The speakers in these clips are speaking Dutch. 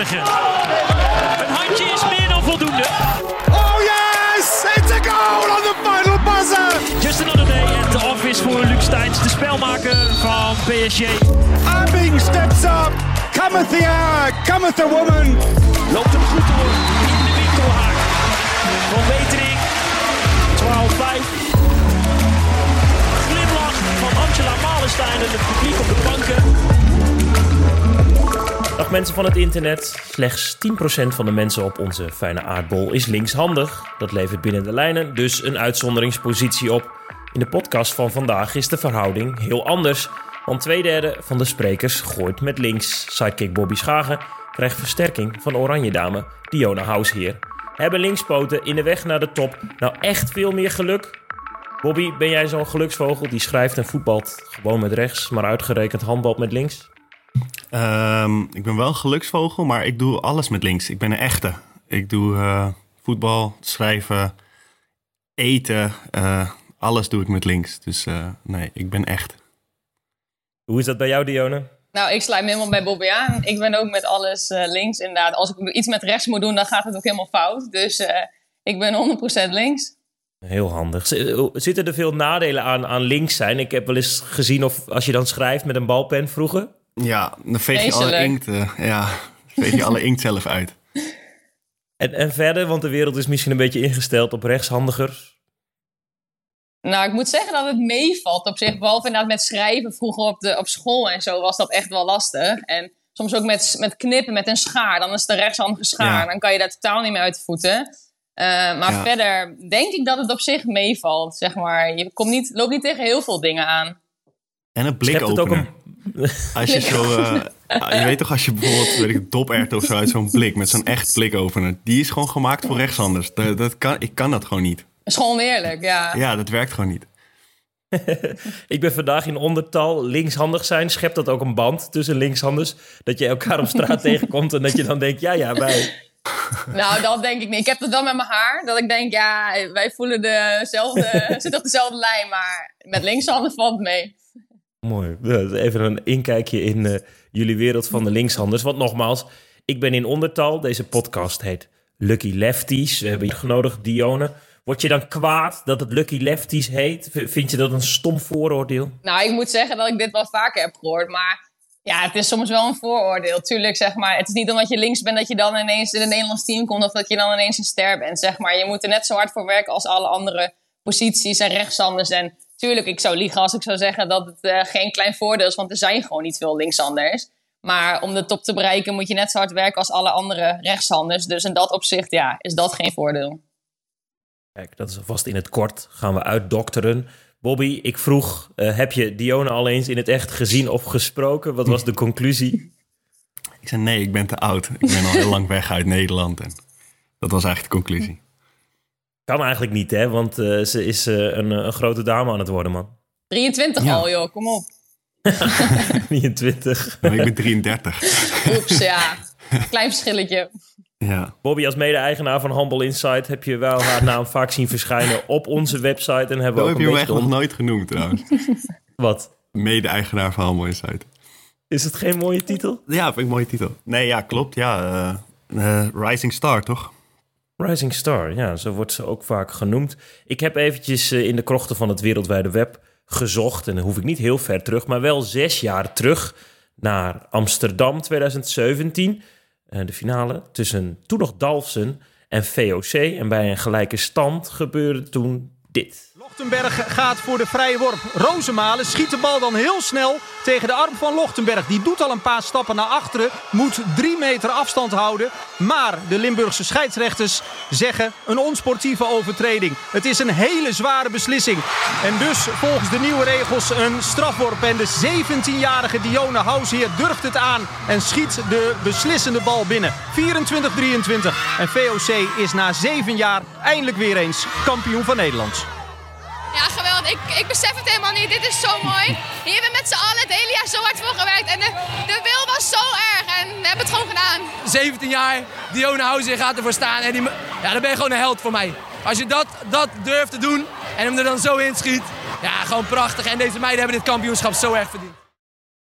zeggen. Een handje is meer dan voldoende. Oh yes! It's a goal on the final buzzer! Just another day at the office voor Luc Steins, de spelmaker van PSG. Abing steps up. Cometh the hour, cometh the woman. Loopt hem goed door in de winkelhaak. Van Wetering, 12-5. Glimlach van Angela Malenstein en het publiek op de banken. Dag mensen van het internet. Slechts 10% van de mensen op onze fijne aardbol is linkshandig. Dat levert binnen de lijnen dus een uitzonderingspositie op. In de podcast van vandaag is de verhouding heel anders. Want 2/3 van de sprekers gooit met links. Sidekick Bobby Schagen krijgt versterking van Oranje Dame Diona Hausheer. Hebben linkspoten in de weg naar de top nou echt veel meer geluk? Bobby, ben jij zo'n geluksvogel die schrijft en voetbalt gewoon met rechts, maar uitgerekend handbalt met links? Ik ben wel een geluksvogel, maar ik doe alles met links. Ik ben een echte. Ik doe voetbal, schrijven, eten, alles doe ik met links. Dus nee, ik ben echt. Hoe is dat bij jou, Diona? Nou, ik sluit me helemaal bij Bobby aan. Ik ben ook met alles links, inderdaad. Als ik iets met rechts moet doen, dan gaat het ook helemaal fout. Dus ik ben 100% links. Heel handig. Zitten er veel nadelen aan links zijn? Ik heb wel eens gezien of als je dan schrijft met een balpen vroeger. Ja, dan veeg je alle inkt, veeg je alle inkt zelf uit. En verder, want de wereld is misschien een beetje ingesteld op rechtshandigers. Nou, ik moet zeggen dat het meevalt op zich. Behalve inderdaad met schrijven vroeger op school en zo was dat echt wel lastig. En soms ook met knippen met een schaar. Dan is het een rechtshandige schaar. Ja. Dan kan je daar totaal niet meer uit de voeten. Maar verder denk ik dat het op zich meevalt, zeg maar. Je loopt niet tegen heel veel dingen aan. En een blikopener. Als je zo, je weet toch als je bijvoorbeeld dopert of zo uit zo'n blik met zo'n echt blikopener. Die is gewoon gemaakt voor rechtshanders. Ik kan dat gewoon niet. Dat is gewoon eerlijk, ja. Ja, dat werkt gewoon niet. Ik ben vandaag in ondertal. Linkshandig zijn, schept dat ook een band tussen linkshanders? Dat je elkaar op straat tegenkomt en dat je dan denkt, ja, wij... Nou, dat denk ik niet. Ik heb het wel met mijn haar. Dat ik denk, ja, wij voelen zitten op dezelfde lijn. Maar met linkshanders valt het mee. Mooi. Even een inkijkje in jullie wereld van de linkshanders. Want nogmaals, ik ben in ondertal. Deze podcast heet Lucky Lefties. We hebben je genodigd, Dione. Word je dan kwaad dat het Lucky Lefties heet? Vind je dat een stom vooroordeel? Nou, ik moet zeggen dat ik dit wel vaker heb gehoord. Maar ja, het is soms wel een vooroordeel. Tuurlijk, zeg maar. Het is niet omdat je links bent dat je dan ineens in een Nederlands team komt. Of dat je dan ineens een ster bent, zeg maar. Je moet er net zo hard voor werken als alle andere posities en rechtshanders. En tuurlijk, ik zou liegen als ik zou zeggen dat het geen klein voordeel is. Want er zijn gewoon niet veel linkshanders. Maar om de top te bereiken moet je net zo hard werken als alle andere rechtshanders. Dus in dat opzicht, ja, is dat geen voordeel. Kijk, dat is alvast in het kort. Gaan we uitdokteren. Bobby, ik vroeg, heb je Dione al eens in het echt gezien of gesproken? Wat was de conclusie? Ik zei nee, ik ben te oud. Ik ben al heel lang weg uit Nederland. En dat was eigenlijk de conclusie. Kan eigenlijk niet, hè? Want ze is een grote dame aan het worden, man. 23 al, joh. Kom op. 23. Nou, ik ben 33. Oeps, ja. Klein verschilletje. Ja. Bobby, als mede-eigenaar van Handbal Insight heb je wel haar naam vaak zien verschijnen op onze website. En hebben we ook heb je me echt nog nooit genoemd, trouwens. Wat? Mede-eigenaar van Handbal Insight. Is het geen mooie titel? Ja, vind ik een mooie titel. Nee, ja, klopt. Ja, Rising Star, toch? Rising Star, ja, zo wordt ze ook vaak genoemd. Ik heb eventjes in de krochten van het wereldwijde web gezocht. En dan hoef ik niet heel ver terug, maar wel 6 jaar terug naar Amsterdam 2017. De finale tussen toen nog Dalfsen en VOC. En bij een gelijke stand gebeurde toen dit. Lochtenberg gaat voor de vrije worp. Rosemalen schiet de bal dan heel snel tegen de arm van Lochtenberg. Die doet al een paar stappen naar achteren. Moet 3 meter afstand houden. Maar de Limburgse scheidsrechters zeggen een onsportieve overtreding. Het is een hele zware beslissing. En dus volgens de nieuwe regels een strafworp. En de 17-jarige Diona Hausheer durft het aan en schiet de beslissende bal binnen. 24-23. En VOC is na 7 jaar eindelijk weer eens kampioen van Nederland. Ja, geweldig. Ik besef het helemaal niet. Dit is zo mooi. Hier hebben we met z'n allen het hele jaar zo hard voor gewerkt. En de wil was zo erg. En we hebben het gewoon gedaan. 17 jaar, Diona Hausheer gaat ervoor staan. En dan ben je gewoon een held voor mij. Als je dat durft te doen en hem er dan zo in schiet. Ja, gewoon prachtig. En deze meiden hebben dit kampioenschap zo erg verdiend.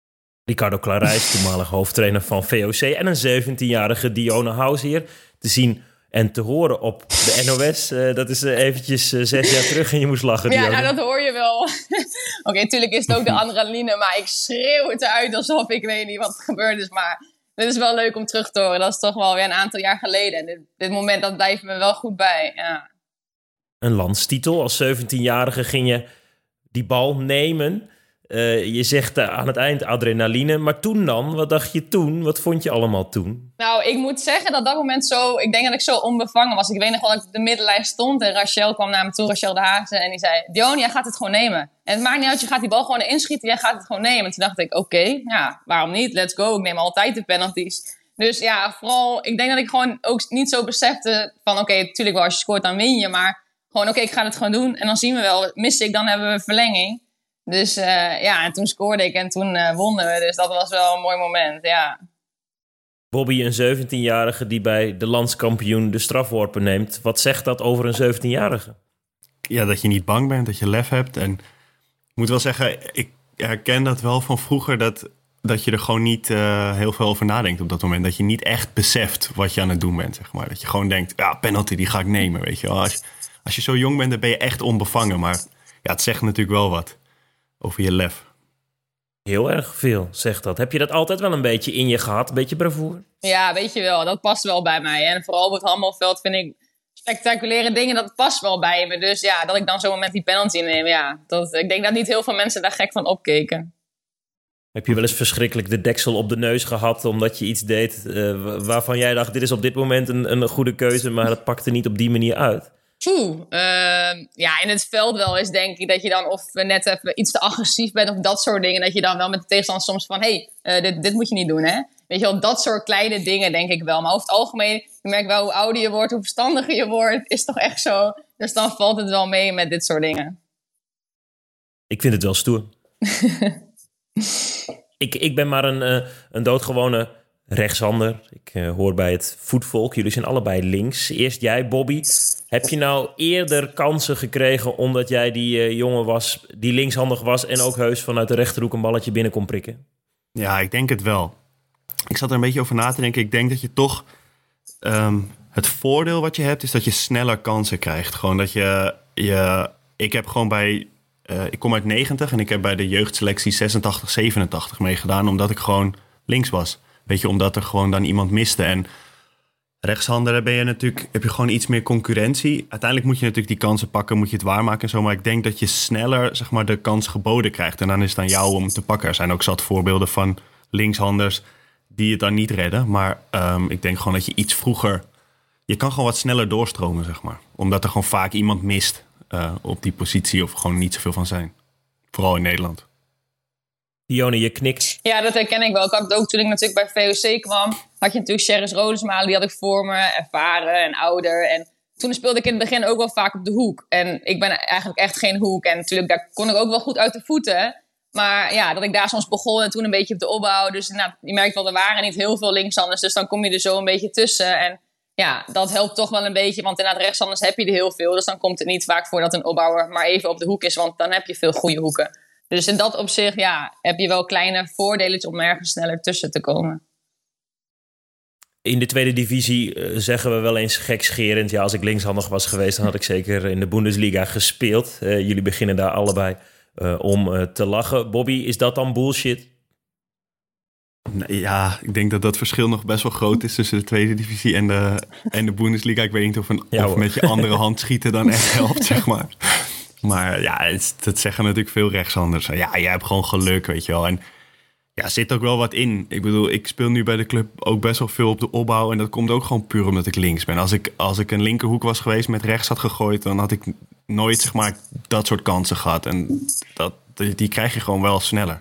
Ricardo Clarijs, toenmalig hoofdtrainer van VOC... en een 17-jarige Dione Househeer te zien en te horen op de NOS. Dat is eventjes 6 jaar terug en je moest lachen, Ja, Dione. nou, dat hoor je wel. Oké, tuurlijk is het ook de adrenaline, maar ik schreeuw het eruit alsof ik weet niet wat er gebeurd is. Maar dit is wel leuk om terug te horen. Dat is toch wel weer een aantal jaar geleden. En dit moment, dat blijft me wel goed bij, ja. Een landstitel. Als 17-jarige ging je die bal nemen. Je zegt aan het eind adrenaline. Maar toen dan? Wat dacht je toen? Wat vond je allemaal toen? Nou, ik moet zeggen dat moment zo... Ik denk dat ik zo onbevangen was. Ik weet nog wel dat ik op de middenlijn stond. En Rachel kwam naar me toe, Rachel de Haagse. En die zei, Dione, jij gaat het gewoon nemen. En het maakt niet uit, je gaat die bal gewoon inschieten. Jij gaat het gewoon nemen. En toen dacht ik, oké, ja, waarom niet? Let's go. Ik neem altijd de penalties. Dus ja, vooral... Ik denk dat ik gewoon ook niet zo besefte van... Oké, natuurlijk wel, als je scoort, dan win je. Maar gewoon, oké, ik ga het gewoon doen. En dan zien we wel. Mis ik, dan hebben we verlenging. Dus ja, en toen scoorde ik en toen wonnen we. Dus dat was wel een mooi moment, ja. Bobby, een 17-jarige die bij de landskampioen de strafworpen neemt. Wat zegt dat over een 17-jarige? Ja, dat je niet bang bent, dat je lef hebt. En ik moet wel zeggen, ik herken dat wel van vroeger... dat je er gewoon niet heel veel over nadenkt op dat moment. Dat je niet echt beseft wat je aan het doen bent, zeg maar. Dat je gewoon denkt, ja, penalty, die ga ik nemen, weet je wel. Als je zo jong bent, dan ben je echt onbevangen. Maar ja, het zegt natuurlijk wel wat over je lef. Heel erg veel, zegt dat. Heb je dat altijd wel een beetje in je gehad? Een beetje bravoure? Ja, weet je wel. Dat past wel bij mij. En vooral op het handbalveld vind ik spectaculaire dingen, dat past wel bij me. Dus ja, dat ik dan zo met die penalty neem, ja. Ik denk dat niet heel veel mensen daar gek van opkeken. Heb je wel eens verschrikkelijk de deksel op de neus gehad... omdat je iets deed waarvan jij dacht... dit is op dit moment een goede keuze... maar dat pakte niet op die manier uit? Ja, in het veld wel eens denk ik dat je dan of net even iets te agressief bent of dat soort dingen. Dat je dan wel met de tegenstander soms van, dit moet je niet doen, hè. Weet je wel, dat soort kleine dingen denk ik wel. Maar over het algemeen, je merkt wel hoe ouder je wordt, hoe verstandiger je wordt. Is toch echt zo. Dus dan valt het wel mee met dit soort dingen. Ik vind het wel stoer. Ik ben maar een doodgewone rechtshander. Ik hoor bij het voetvolk. Jullie zijn allebei links. Eerst jij, Bobby. Heb je nou eerder kansen gekregen omdat jij die jongen was die linkshandig was en ook heus vanuit de rechterhoek een balletje binnen kon prikken? Ja, ik denk het wel. Ik zat er een beetje over na te denken. Ik denk dat je toch... het voordeel wat je hebt is dat je sneller kansen krijgt. Gewoon dat ik heb gewoon bij... ik kom uit 90 en ik heb bij de jeugdselectie 86, 87 meegedaan. Omdat ik gewoon links was. Weet je, omdat er gewoon dan iemand miste. En rechtshander heb je gewoon iets meer concurrentie. Uiteindelijk moet je natuurlijk die kansen pakken, moet je het waarmaken en zo. Maar ik denk dat je sneller, zeg maar, de kans geboden krijgt. En dan is het aan jou om te pakken. Er zijn ook zat voorbeelden van linkshanders die het dan niet redden. Maar ik denk gewoon dat je iets vroeger... Je kan gewoon wat sneller doorstromen, zeg maar. Omdat er gewoon vaak iemand mist op die positie of gewoon niet zoveel van zijn. Vooral in Nederland. Dione, je knikt. Ja, dat herken ik wel. Ik had het ook toen ik natuurlijk bij VOC kwam. Had je natuurlijk Sherris Rodesmalen, die had ik voor me. Ervaren en ouder. En toen speelde ik in het begin ook wel vaak op de hoek. En ik ben eigenlijk echt geen hoek. En natuurlijk, daar kon ik ook wel goed uit de voeten. Maar ja, dat ik daar soms begon en toen een beetje op de opbouw. Dus nou, je merkt wel, er waren niet heel veel linkshanders. Dus dan kom je er zo een beetje tussen. En ja, dat helpt toch wel een beetje. Want inderdaad, rechtshanders heb je er heel veel. Dus dan komt het niet vaak voor dat een opbouwer maar even op de hoek is. Want dan heb je veel goede hoeken. Dus in dat opzicht, ja, heb je wel kleine voordelen om ergens sneller tussen te komen. In de tweede divisie zeggen we wel eens gekscherend... ja, als ik linkshandig was geweest, dan had ik zeker in de Bundesliga gespeeld. Jullie beginnen daar allebei om te lachen. Bobby, is dat dan bullshit? Ja, ik denk dat dat verschil nog best wel groot is tussen de tweede divisie en de Bundesliga. Ik weet niet of met je andere hand schieten dan echt helpt, zeg maar. Maar ja, dat zeggen natuurlijk veel rechtshanders. Ja, jij hebt gewoon geluk, weet je wel. En ja, er zit ook wel wat in. Ik bedoel, ik speel nu bij de club ook best wel veel op de opbouw. En dat komt ook gewoon puur omdat ik links ben. Als ik een linkerhoek was geweest met rechts had gegooid... dan had ik nooit, zeg maar, dat soort kansen gehad. En die krijg je gewoon wel sneller.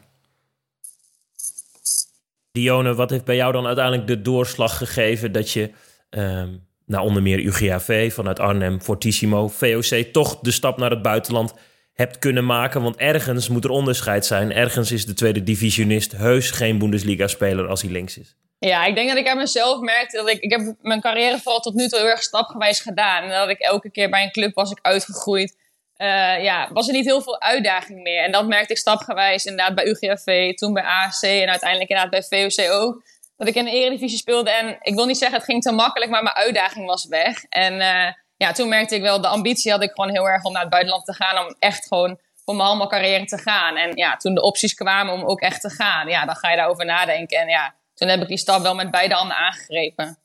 Dione, wat heeft bij jou dan uiteindelijk de doorslag gegeven... dat je, onder meer UGHV, vanuit Arnhem, Fortissimo, VOC... toch de stap naar het buitenland hebt kunnen maken? Want ergens moet er onderscheid zijn. Ergens is de tweede divisionist heus geen Bundesliga-speler als hij links is. Ja, ik denk dat ik aan mezelf merkte dat ik heb mijn carrière vooral tot nu toe heel erg stapgewijs gedaan. En dat ik elke keer bij een club was ik uitgegroeid was er niet heel veel uitdaging meer. En dat merkte ik stapgewijs inderdaad bij UGAV, toen bij AFC en uiteindelijk inderdaad bij VOC ook. Dat ik in de Eredivisie speelde en ik wil niet zeggen het ging te makkelijk, maar mijn uitdaging was weg. En toen merkte ik wel, de ambitie had ik gewoon heel erg om naar het buitenland te gaan, om echt gewoon voor mijn handbalcarrière te gaan. En toen de opties kwamen om ook echt te gaan, dan ga je daarover nadenken. En toen heb ik die stap wel met beide handen aangegrepen.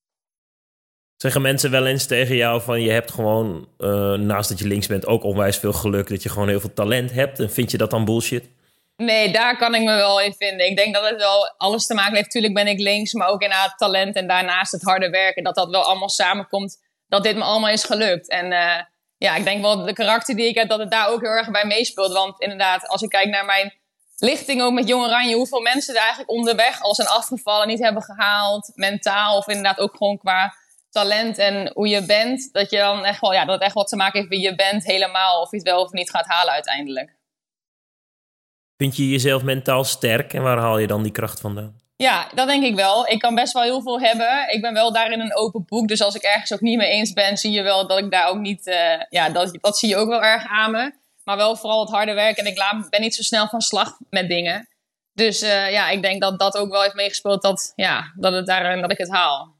Zeggen mensen wel eens tegen jou van je hebt gewoon, naast dat je links bent, ook onwijs veel geluk dat je gewoon heel veel talent hebt? En vind je dat dan bullshit? Nee, daar kan ik me wel in vinden. Ik denk dat het wel alles te maken heeft. Tuurlijk ben ik links, maar ook inderdaad talent en daarnaast het harde werken. Dat wel allemaal samenkomt, dat dit me allemaal is gelukt. En ik denk wel de karakter die ik heb, dat het daar ook heel erg bij meespeelt. Want inderdaad, als ik kijk naar mijn lichting ook met Jong Oranje, hoeveel mensen er eigenlijk onderweg al zijn afgevallen, niet hebben gehaald, mentaal of inderdaad ook gewoon qua talent en hoe je bent, dat je dan echt wel, dat het echt wat te maken heeft wie je bent helemaal, of je het wel of niet gaat halen uiteindelijk. Vind je jezelf mentaal sterk en waar haal je dan die kracht vandaan? Ja, dat denk ik wel. Ik kan best wel heel veel hebben. Ik ben wel daarin een open boek, dus als ik ergens ook niet mee eens ben, zie je wel dat ik daar ook niet, dat zie je ook wel erg aan me. Maar wel vooral het harde werk en ik ben niet zo snel van slag met dingen. Dus ik denk dat dat ook wel heeft meegespeeld dat ik het haal.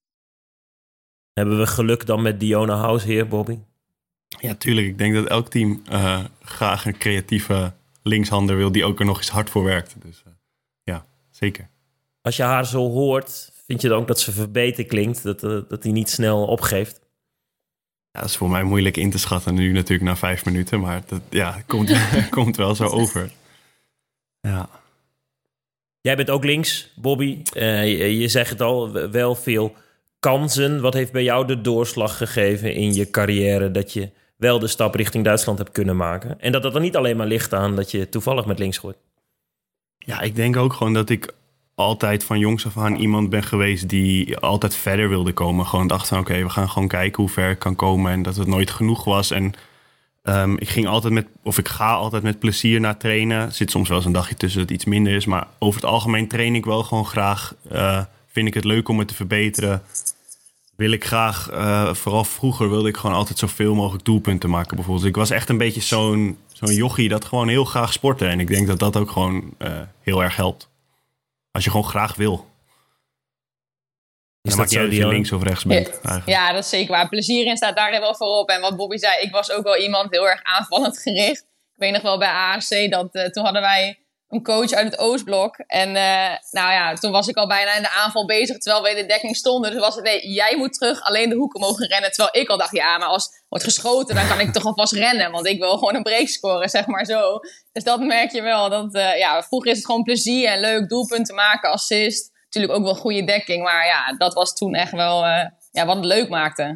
Hebben we geluk dan met Diona Hausheer, Bobby? Ja, tuurlijk. Ik denk dat elk team graag een creatieve linkshander wil die ook er nog eens hard voor werkt. Dus zeker. Als je haar zo hoort, vind je dan ook dat ze verbeterd klinkt? Dat hij niet snel opgeeft? Ja, dat is voor mij moeilijk in te schatten. Nu natuurlijk na 5 minuten, maar dat komt wel zo over. Ja. Jij bent ook links, Bobby. Je zegt het al, wel veel kansen. Wat heeft bij jou de doorslag gegeven in je carrière dat je wel de stap richting Duitsland hebt kunnen maken? En dat er niet alleen maar ligt aan dat je toevallig met links gooit. Ja, ik denk ook gewoon dat ik altijd van jongs af aan iemand ben geweest die altijd verder wilde komen. Gewoon dacht van oké, we gaan gewoon kijken hoe ver ik kan komen en dat het nooit genoeg was. En ik ga altijd met plezier naar trainen. Er zit soms wel eens een dagje tussen dat het iets minder is, maar over het algemeen train ik wel gewoon graag. Vind ik het leuk om het te verbeteren. Wil ik graag, vooral vroeger wilde ik gewoon altijd zoveel mogelijk doelpunten maken bijvoorbeeld. Ik was echt een beetje zo'n jochie dat gewoon heel graag sportte. En ik denk dat dat ook gewoon heel erg helpt. Als je gewoon graag wil. Dan maakt niet uit of je links of rechts bent. Eigenlijk. Ja, dat is zeker waar. Plezier in staat daarin wel voorop. En wat Bobby zei, ik was ook wel iemand heel erg aanvallend gericht. Ik weet nog wel bij AFC dat toen hadden wij een coach uit het Oostblok. En toen was ik al bijna in de aanval bezig terwijl we in de dekking stonden. Dus was het, nee, jij moet terug alleen de hoeken mogen rennen. Terwijl ik al dacht, maar als wordt geschoten, dan kan ik toch alvast rennen. Want ik wil gewoon een break scoren, zeg maar zo. Dus dat merk je wel. Dat, vroeger is het gewoon plezier en leuk doelpunten maken, assist. Natuurlijk ook wel goede dekking. Maar dat was toen echt wel wat het leuk maakte.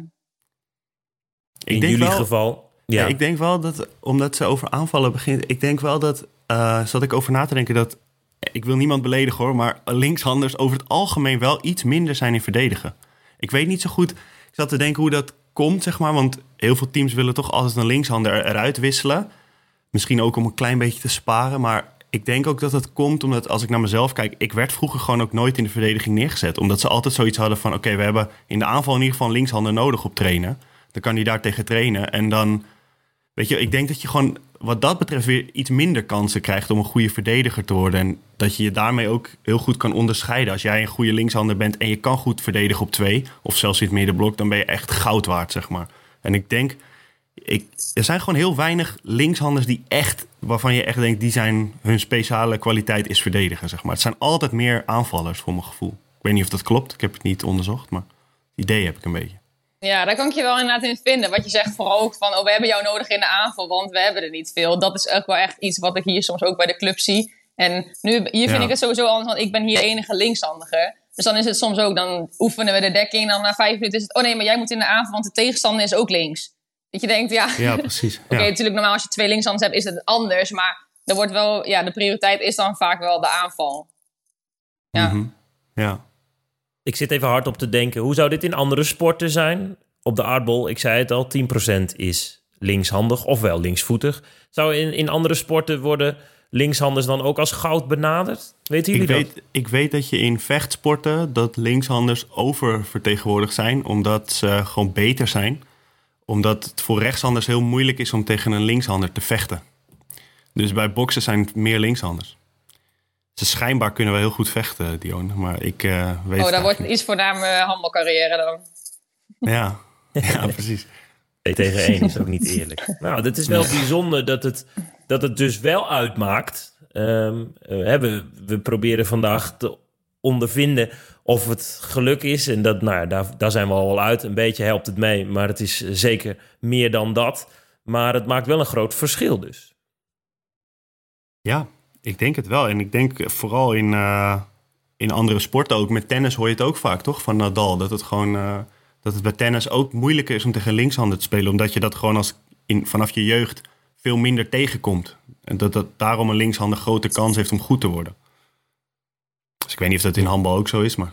In jullie geval? Ja, ik denk wel dat, omdat ze over aanvallen begint, ik denk wel dat, zat ik over na te denken dat, ik wil niemand beledigen hoor, maar linkshanders over het algemeen wel iets minder zijn in verdedigen. Ik weet niet zo goed, ik zat te denken hoe dat komt, zeg maar, want heel veel teams willen toch altijd een linkshander eruit wisselen. Misschien ook om een klein beetje te sparen, maar ik denk ook dat het komt omdat als ik naar mezelf kijk, ik werd vroeger gewoon ook nooit in de verdediging neergezet. Omdat ze altijd zoiets hadden van, oké, we hebben in de aanval in ieder geval een linkshander nodig op trainen. Dan kan hij daar tegen trainen en dan, weet je, ik denk dat je gewoon wat dat betreft weer iets minder kansen krijgt om een goede verdediger te worden. En dat je je daarmee ook heel goed kan onderscheiden. Als jij een goede linkshander bent en je kan goed verdedigen op 2, of zelfs in het middenblok, dan ben je echt goud waard, zeg maar. En ik denk, er zijn gewoon heel weinig linkshanders die echt, waarvan je echt denkt, die zijn, hun speciale kwaliteit is verdedigen, zeg maar. Het zijn altijd meer aanvallers, voor mijn gevoel. Ik weet niet of dat klopt, ik heb het niet onderzocht, maar het idee heb ik een beetje. Ja, daar kan ik je wel inderdaad in vinden. Wat je zegt vooral ook van, we hebben jou nodig in de aanval, want we hebben er niet veel. Dat is ook wel echt iets wat ik hier soms ook bij de club zie. En hier vind ik het sowieso anders, want ik ben hier de enige linkshandige. Dus dan is het soms ook, dan oefenen we de dekking en dan na 5 minuten is het, oh nee, maar jij moet in de aanval, want de tegenstander is ook links. Dat je denkt, ja precies. Oké, natuurlijk normaal als je 2 linkshanders hebt is het anders, maar er wordt wel, de prioriteit is dan vaak wel de aanval. Ja. Mm-hmm. Ja. Ik zit even hard op te denken. Hoe zou dit in andere sporten zijn? Op de aardbol, ik zei het al, 10% is linkshandig, ofwel linksvoetig. Zou in andere sporten worden linkshanders dan ook als goud benaderd? Weten jullie dat? Ik weet dat je in vechtsporten dat linkshanders oververtegenwoordigd zijn, omdat ze gewoon beter zijn. Omdat het voor rechtshanders heel moeilijk is om tegen een linkshander te vechten. Dus bij boksen zijn het meer linkshanders. Ze schijnbaar kunnen wel heel goed vechten, Dionne. Maar ik weet het dat wordt niet. iets voor na mijn handbalcarrière dan. Ja, precies. 2 tegen 1 is ook niet eerlijk. Nou, het is wel bijzonder dat het dus wel uitmaakt. We proberen vandaag te ondervinden of het geluk is. En dat, daar zijn we al wel uit. Een beetje helpt het mee, maar het is zeker meer dan dat. Maar het maakt wel een groot verschil dus. Ja, ik denk het wel. En ik denk vooral in andere sporten ook. Met tennis hoor je het ook vaak, toch? Van Nadal. Dat het bij tennis ook moeilijker is om tegen linkshander te spelen. Omdat je dat gewoon vanaf je jeugd veel minder tegenkomt. En dat daarom een linkshander grote kans heeft om goed te worden. Dus ik weet niet of dat in handbal ook zo is, maar...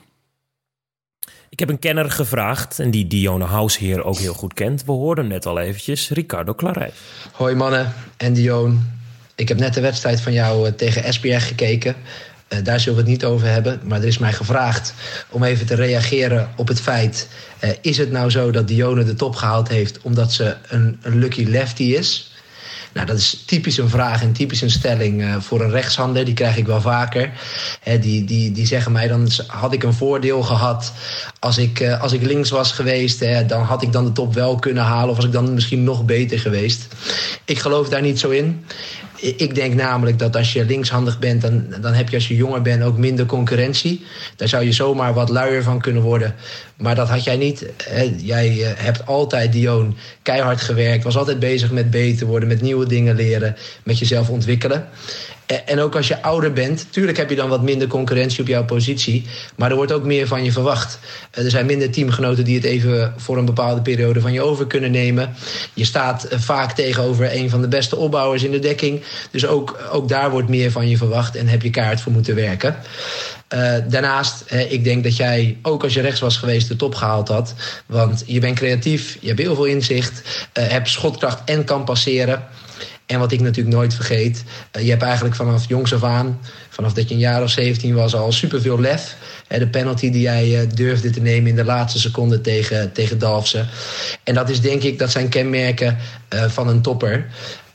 Ik heb een kenner gevraagd en die Dionne Hausheer ook heel goed kent. We hoorden hem net al eventjes, Ricardo Clarijs. Hoi mannen en Dionne. Ik heb net de wedstrijd van jou tegen Esbjerg gekeken. Daar zullen we het niet over hebben. Maar er is mij gevraagd om even te reageren op het feit... is het nou zo dat Dionne de top gehaald heeft omdat ze een lucky lefty is? Nou, dat is typisch een vraag en typisch een stelling voor een rechtshander. Die krijg ik wel vaker. Die zeggen mij, dan had ik een voordeel gehad als ik links was geweest. Dan had ik dan de top wel kunnen halen of was ik dan misschien nog beter geweest. Ik geloof daar niet zo in. Ik denk namelijk dat als je linkshandig bent... dan heb je als je jonger bent ook minder concurrentie. Daar zou je zomaar wat luier van kunnen worden. Maar dat had jij niet. Jij hebt altijd, Dionne, keihard gewerkt. Was altijd bezig met beter worden, met nieuwe dingen leren. Met jezelf ontwikkelen. En ook als je ouder bent, tuurlijk heb je dan wat minder concurrentie op jouw positie. Maar er wordt ook meer van je verwacht. Er zijn minder teamgenoten die het even voor een bepaalde periode van je over kunnen nemen. Je staat vaak tegenover een van de beste opbouwers in de dekking. Dus ook daar wordt meer van je verwacht en heb je keihard voor moeten werken. Daarnaast, ik denk dat jij, ook als je rechts was geweest, de top gehaald had. Want je bent creatief, je hebt heel veel inzicht, hebt schotkracht en kan passeren. En wat ik natuurlijk nooit vergeet, je hebt eigenlijk vanaf jongs af aan, vanaf dat je een jaar of 17 was, al superveel lef. De penalty die jij durfde te nemen in de laatste seconde tegen Dalfsen. En dat is denk ik, dat zijn kenmerken van een topper.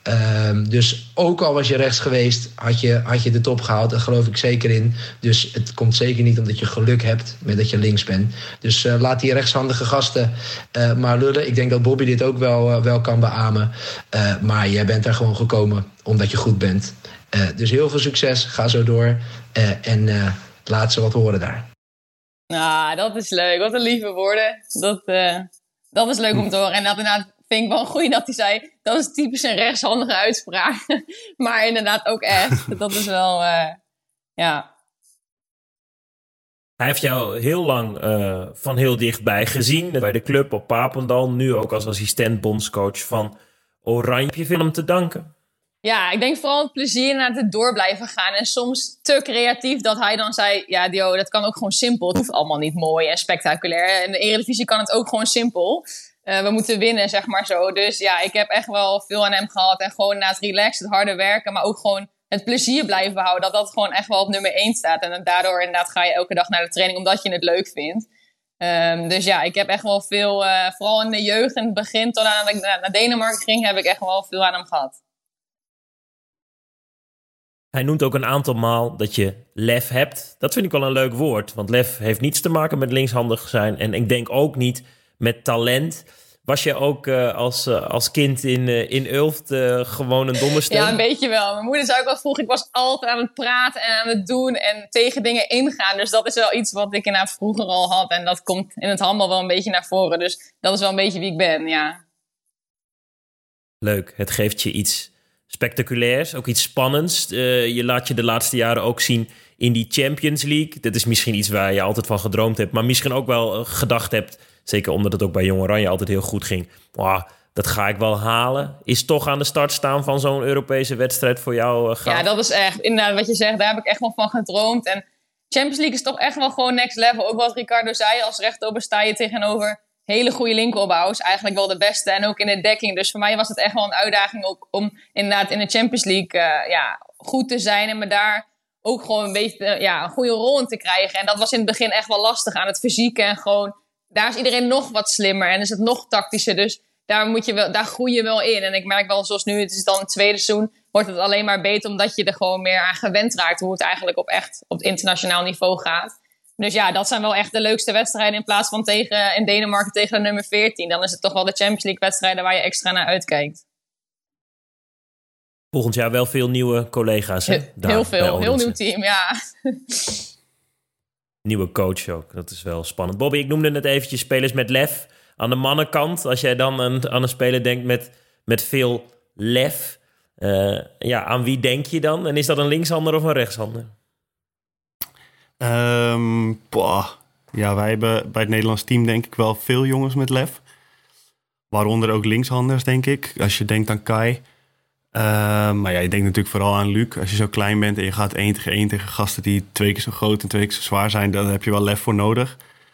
Dus ook al was je rechts geweest, had je de top gehaald. Daar geloof ik zeker in. Dus het komt zeker niet omdat je geluk hebt met dat je links bent. Dus laat die rechtshandige gasten maar lullen. Ik denk dat Bobby dit ook wel kan beamen. Maar jij bent daar gewoon gekomen omdat je goed bent. Dus heel veel succes. Ga zo door. En laat ze wat horen daar. Nou, dat is leuk. Wat een lieve woorden. Dat is leuk om te horen. En dat inderdaad vind ik wel goed dat hij zei, dat is typisch een rechtshandige uitspraak. Maar inderdaad ook echt. Dat is wel, ja. Hij heeft jou heel lang van heel dichtbij gezien. Bij de club op Papendal. Nu ook als assistent bondscoach van Oranje. Heb je veel om te danken? Ja, ik denk vooral het plezier naar het door blijven gaan. En soms te creatief dat hij dan zei, ja Dio, dat kan ook gewoon simpel. Het hoeft allemaal niet mooi en spectaculair. In de Eredivisie kan het ook gewoon simpel. We moeten winnen, zeg maar zo. Dus ja, ik heb echt wel veel aan hem gehad. En gewoon na het relaxen, het harde werken, maar ook gewoon het plezier blijven behouden. Dat gewoon echt wel op nummer 1 staat. En daardoor inderdaad ga je elke dag naar de training omdat je het leuk vindt. Dus ja, ik heb echt wel veel, vooral in de jeugd in het begin, tot aan dat ik naar Denemarken ging, heb ik echt wel veel aan hem gehad. Hij noemt ook een aantal maal dat je lef hebt. Dat vind ik wel een leuk woord. Want lef heeft niets te maken met linkshandig zijn. En ik denk ook niet met talent. Was je ook als kind in Ulft gewoon een domme stem? Ja, een beetje wel. Mijn moeder zei ook al vroeg, ik was altijd aan het praten en aan het doen en tegen dingen ingaan. Dus dat is wel iets wat ik inderdaad vroeger al had. En dat komt in het handbal wel een beetje naar voren. Dus dat is wel een beetje wie ik ben, ja. Leuk. Het geeft je iets spectaculairs, ook iets spannends. Je laat je de laatste jaren ook zien in die Champions League. Dat is misschien iets waar je altijd van gedroomd hebt, maar misschien ook wel gedacht hebt, zeker omdat het ook bij Jong Oranje altijd heel goed ging. Wow, dat ga ik wel halen. Is toch aan de start staan van zo'n Europese wedstrijd voor jou gaaf? Ja, dat is echt, inderdaad wat je zegt, daar heb ik echt wel van gedroomd. En Champions League is toch echt wel gewoon next level. Ook wat Ricardo zei, als rechtsober sta je tegenover hele goede linkeropbouwers. Eigenlijk wel de beste en ook in de dekking. Dus voor mij was het echt wel een uitdaging ook om inderdaad in de Champions League goed te zijn. En me daar ook gewoon een beetje een goede rol in te krijgen. En dat was in het begin echt wel lastig aan het fysieke. En gewoon, daar is iedereen nog wat slimmer en is het nog tactischer. Dus daar groei je wel in. En ik merk wel, zoals nu, het is dan het tweede seizoen, wordt het alleen maar beter omdat je er gewoon meer aan gewend raakt hoe het eigenlijk op het internationaal niveau gaat. Dus ja, dat zijn wel echt de leukste wedstrijden in plaats van in Denemarken tegen de nummer 14. Dan is het toch wel de Champions League wedstrijden waar je extra naar uitkijkt. Volgend jaar wel veel nieuwe collega's. Hè? Heel veel, heel nieuw team, ja. Nieuwe coach ook, dat is wel spannend. Bobby, ik noemde net eventjes spelers met lef. Aan de mannenkant, als jij dan aan een speler denkt met veel lef, aan wie denk je dan? En is dat een linkshander of een rechtshander? Ja, wij hebben bij het Nederlands team denk ik wel veel jongens met lef. Waaronder ook linkshanders, denk ik. Als je denkt aan Kai. Maar ja, je denkt natuurlijk vooral aan Luc. Als je zo klein bent en je gaat 1 tegen 1 tegen gasten die 2 keer zo groot en 2 keer zo zwaar zijn, dan heb je wel lef voor nodig.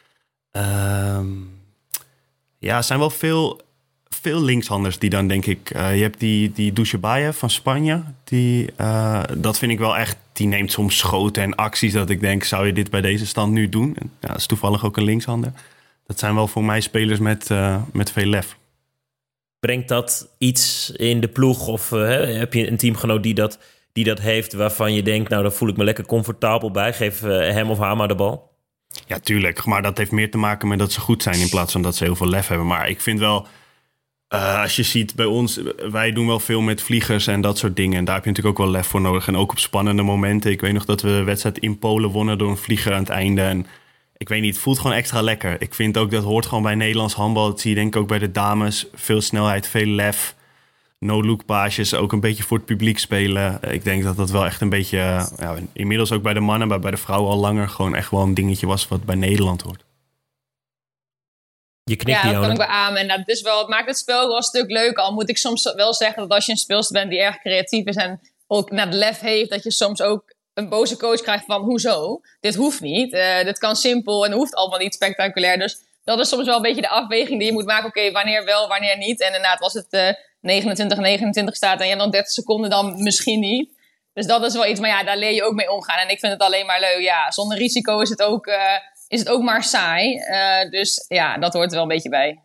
Er zijn wel veel linkshanders die dan, denk ik... je hebt die Dushabayev van Spanje. Dat vind ik wel echt... Die neemt soms schoten en acties dat ik denk, zou je dit bij deze stand nu doen? En, ja, dat is toevallig ook een linkshander. Dat zijn wel voor mij spelers met veel lef. Brengt dat iets in de ploeg? Of heb je een teamgenoot die dat heeft waarvan je denkt, nou, daar voel ik me lekker comfortabel bij. Geef hem of haar maar de bal. Ja, tuurlijk. Maar dat heeft meer te maken met dat ze goed zijn in plaats van dat ze heel veel lef hebben. Maar ik vind wel, als je ziet bij ons, wij doen wel veel met vliegers en dat soort dingen. En daar heb je natuurlijk ook wel lef voor nodig. En ook op spannende momenten. Ik weet nog dat we de wedstrijd in Polen wonnen door een vlieger aan het einde. En ik weet niet, het voelt gewoon extra lekker. Ik vind ook, dat hoort gewoon bij Nederlands handbal. Dat zie je denk ik ook bij de dames. Veel snelheid, veel lef. No-look paasjes, ook een beetje voor het publiek spelen. Ik denk dat dat wel echt een beetje, inmiddels ook bij de mannen, maar bij de vrouwen al langer, gewoon echt wel een dingetje was wat bij Nederland hoort. Je knikt, ja, dat kan ik wel aan. En dat is wel, het maakt het spel wel een stuk leuker. Al moet ik soms wel zeggen dat als je een speelster bent die erg creatief is en ook naar het lef heeft, dat je soms ook een boze coach krijgt van, hoezo? Dit hoeft niet. Dit kan simpel en hoeft allemaal niet spectaculair. Dus dat is soms wel een beetje de afweging die je moet maken. Oké, wanneer wel, wanneer niet. En inderdaad, was het 29 staat en je dan 30 seconden, dan misschien niet. Dus dat is wel iets, maar ja, daar leer je ook mee omgaan. En ik vind het alleen maar leuk. Ja, zonder risico is het ook maar saai. Dus ja, dat hoort er wel een beetje bij.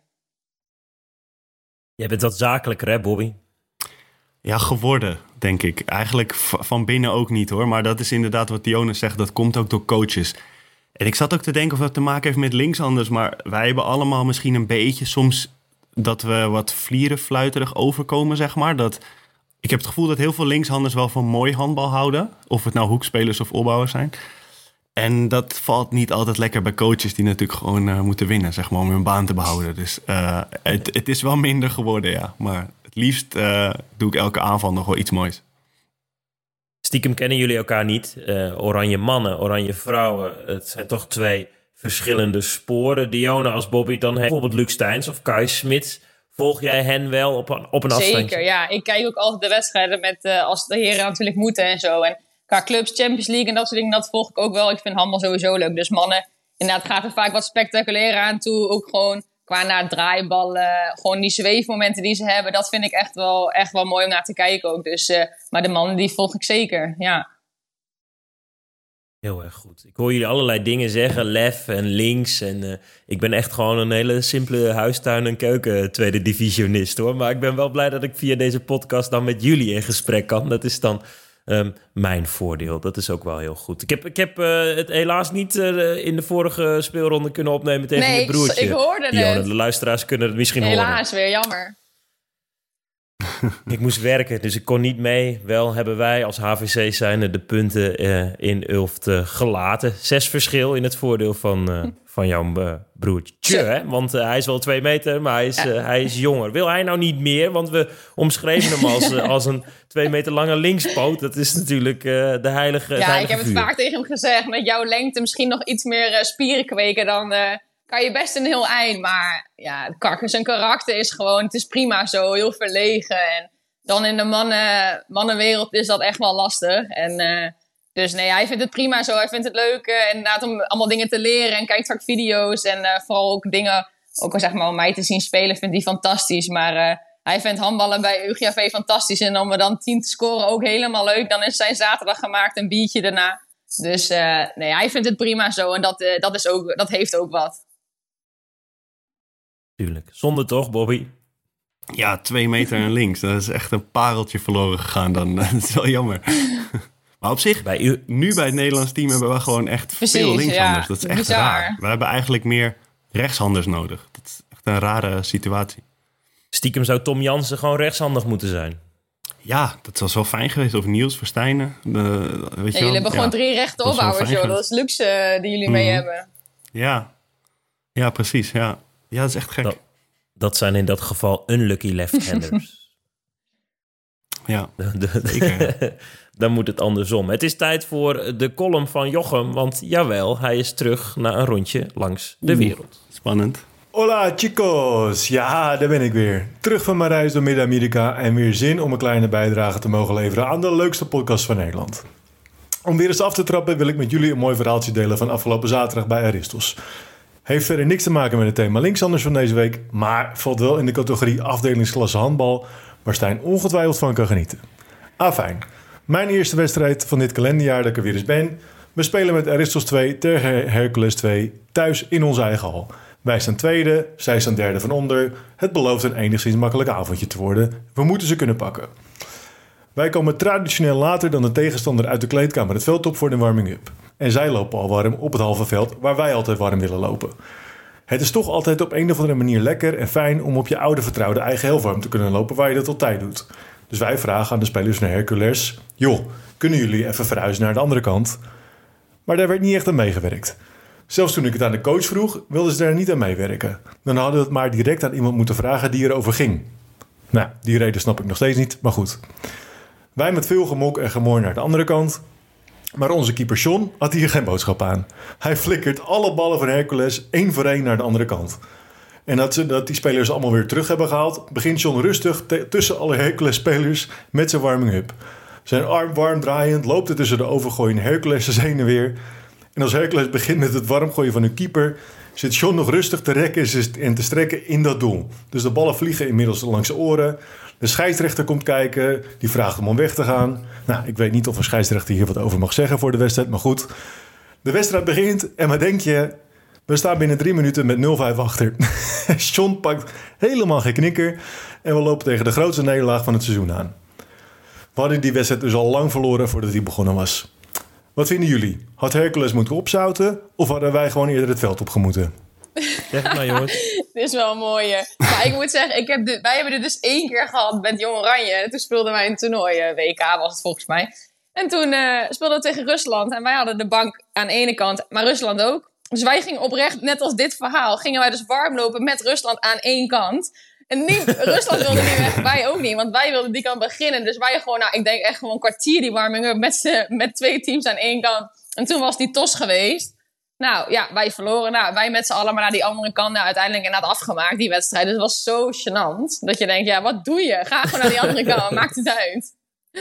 Jij bent wat zakelijker, hè, Bobby? Ja, geworden, denk ik. Eigenlijk van binnen ook niet, hoor. Maar dat is inderdaad wat Dionne zegt. Dat komt ook door coaches. En ik zat ook te denken of dat te maken heeft met linkshanders. Maar wij hebben allemaal misschien een beetje soms dat we wat vlierenfluiterig overkomen, zeg maar. Ik heb het gevoel dat heel veel linkshanders wel van mooi handbal houden. Of het nou hoekspelers of opbouwers zijn. En dat valt niet altijd lekker bij coaches die natuurlijk gewoon moeten winnen, zeg maar, om hun baan te behouden. Dus het is wel minder geworden, ja. Maar het liefst doe ik elke aanval nog wel iets moois. Stiekem kennen jullie elkaar niet. Oranje mannen, oranje vrouwen. Het zijn toch 2 verschillende sporen. Dionne als Bobby dan heeft. Bijvoorbeeld Luc Steins of Kai Smits. Volg jij hen wel op een afstandje? Zeker, ja. Ik kijk ook altijd de wedstrijden met als de heren natuurlijk moeten en zo. En qua clubs, Champions League en dat soort dingen, dat volg ik ook wel. Ik vind handbal sowieso leuk. Dus mannen, inderdaad, gaat er vaak wat spectaculair aan toe. Ook gewoon qua naar draaiballen, gewoon die zweefmomenten die ze hebben. Dat vind ik echt wel mooi om naar te kijken ook. Dus, maar de mannen, die volg ik zeker, ja. Heel erg goed. Ik hoor jullie allerlei dingen zeggen, lef en links. En ik ben echt gewoon een hele simpele huistuin- en keuken tweede divisionist, hoor. Maar ik ben wel blij dat ik via deze podcast dan met jullie in gesprek kan. Dat is dan mijn voordeel. Dat is ook wel heel goed. Ik heb het helaas niet in de vorige speelronde kunnen opnemen tegen je broertje. Ik hoorde Dionne. het. De luisteraars kunnen het misschien helaas, horen. Helaas, weer jammer. Ik moest werken, dus ik kon niet mee. Wel hebben wij als HVC zijnde de punten in Ulft gelaten. 6 verschil in het voordeel van jouw broertje. Hè? Want hij is wel 2 meter, maar hij is jonger. Wil hij nou niet meer? Want we omschreven hem als een 2 meter lange linkspoot. Dat is natuurlijk de heilige Ja, heilige ik heb het vuur. vaak tegen hem gezegd. Met jouw lengte misschien nog iets meer spieren kweken. Dan kan je best een heel eind. Maar ja, zijn karakter is gewoon, het is prima zo. Heel verlegen. En dan in de mannenwereld is dat echt wel lastig. En dus nee, hij vindt het prima zo. Hij vindt het leuk inderdaad om allemaal dingen te leren. En kijkt vaak video's. En vooral ook dingen, ook zeg maar om mij te zien spelen, vindt hij fantastisch. Maar hij vindt handballen bij UGAV fantastisch. En om we dan 10 te scoren ook helemaal leuk. Dan is zijn zaterdag gemaakt, een biertje daarna. Dus nee, hij vindt het prima zo. En dat heeft ook wat. Tuurlijk. Zonde toch, Bobby? Ja, 2 meter en links. Dat is echt een pareltje verloren gegaan dan. Dat is wel jammer. Maar op zich, nu bij het Nederlands team hebben we gewoon echt veel linkshanders. Dat is echt raar. We hebben eigenlijk meer rechtshanders nodig. Dat is echt een rare situatie. Stiekem zou Tom Jansen gewoon rechtshandig moeten zijn. Ja, dat was wel fijn geweest. Of Niels Verstijnen. Jullie hebben gewoon 3 rechte opbouwers, joh. Dat is luxe die jullie mee hebben. Ja, precies. Ja, dat is echt gek. Dat zijn in dat geval unlucky left-handers. Ja, zeker. Dan moet het andersom. Het is tijd voor de column van Jochem. Want jawel, hij is terug na een rondje langs de wereld. Spannend. Hola chicos, ja, daar ben ik weer. Terug van mijn reis door Midden-Amerika en weer zin om een kleine bijdrage te mogen leveren aan de leukste podcast van Nederland. Om weer eens af te trappen wil ik met jullie een mooi verhaaltje delen van afgelopen zaterdag bij Aristos. Heeft verder niks te maken met het thema linkshanders van deze week, maar valt wel in de categorie afdelingsklasse handbal, waar Stijn ongetwijfeld van kan genieten. Fijn. Mijn eerste wedstrijd van dit kalenderjaar dat ik er weer eens ben. We spelen met Aristos 2 tegen Hercules 2 thuis in onze eigen hal. Wij staan tweede, zij staan derde van onder. Het belooft een enigszins makkelijk avondje te worden. We moeten ze kunnen pakken. Wij komen traditioneel later dan de tegenstander uit de kleedkamer het veld op voor de warming-up. En zij lopen al warm op het halve veld waar wij altijd warm willen lopen. Het is toch altijd op een of andere manier lekker en fijn om op je oude vertrouwde eigen helft warm te kunnen lopen waar je dat altijd doet. Dus wij vragen aan de spelers van Hercules: joh, kunnen jullie even verhuizen naar de andere kant? Maar daar werd niet echt aan meegewerkt. Zelfs toen ik het aan de coach vroeg, wilden ze daar niet aan meewerken. Dan hadden we het maar direct aan iemand moeten vragen die erover ging. Nou, die reden snap ik nog steeds niet, maar goed. Wij met veel gemok en gemoor naar de andere kant. Maar onze keeper John had hier geen boodschap aan. Hij flikkert alle ballen van Hercules 1 voor 1 naar de andere kant. En dat die spelers allemaal weer terug hebben gehaald, begint John rustig tussen alle Hercules-spelers met zijn warming-up. Zijn arm warm draaiend loopt er tussen de overgooiende Hercules heen en weer. En als Hercules begint met het warmgooien van hun keeper, zit John nog rustig te rekken en te strekken in dat doel. Dus de ballen vliegen inmiddels langs de oren. De scheidsrechter komt kijken, die vraagt hem om weg te gaan. Nou, ik weet niet of een scheidsrechter hier wat over mag zeggen voor de wedstrijd, maar goed. De wedstrijd begint en wat denk je? We staan binnen 3 minuten met 0-5 achter. John pakt helemaal geen knikker en we lopen tegen de grootste nederlaag van het seizoen aan. We hadden die wedstrijd dus al lang verloren voordat die begonnen was. Wat vinden jullie? Had Hercules moeten opzouten of hadden wij gewoon eerder het veld opgemoeten? Zeg maar, jongens. Dit is wel een mooie. Maar ik moet zeggen, wij hebben dit dus 1 keer gehad met Jong Oranje. En toen speelden wij een toernooi, WK was het volgens mij. En toen speelden we tegen Rusland. En wij hadden de bank aan de ene kant, maar Rusland ook. Dus wij gingen oprecht, net als dit verhaal, gingen wij dus warm lopen met Rusland aan 1 kant. En Rusland wilde niet weg, wij ook niet. Want wij wilden die kant beginnen. Dus wij gewoon, ik denk echt gewoon een kwartier die warming-up met 2 teams aan 1 kant. En toen was die tos geweest. Nou ja, wij verloren. Nou, wij met z'n allen maar naar die andere kant. Nou, uiteindelijk inderdaad afgemaakt, die wedstrijd. Dus het was zo gênant. Dat je denkt, ja, wat doe je? Ga gewoon naar die andere kant. Maakt het uit.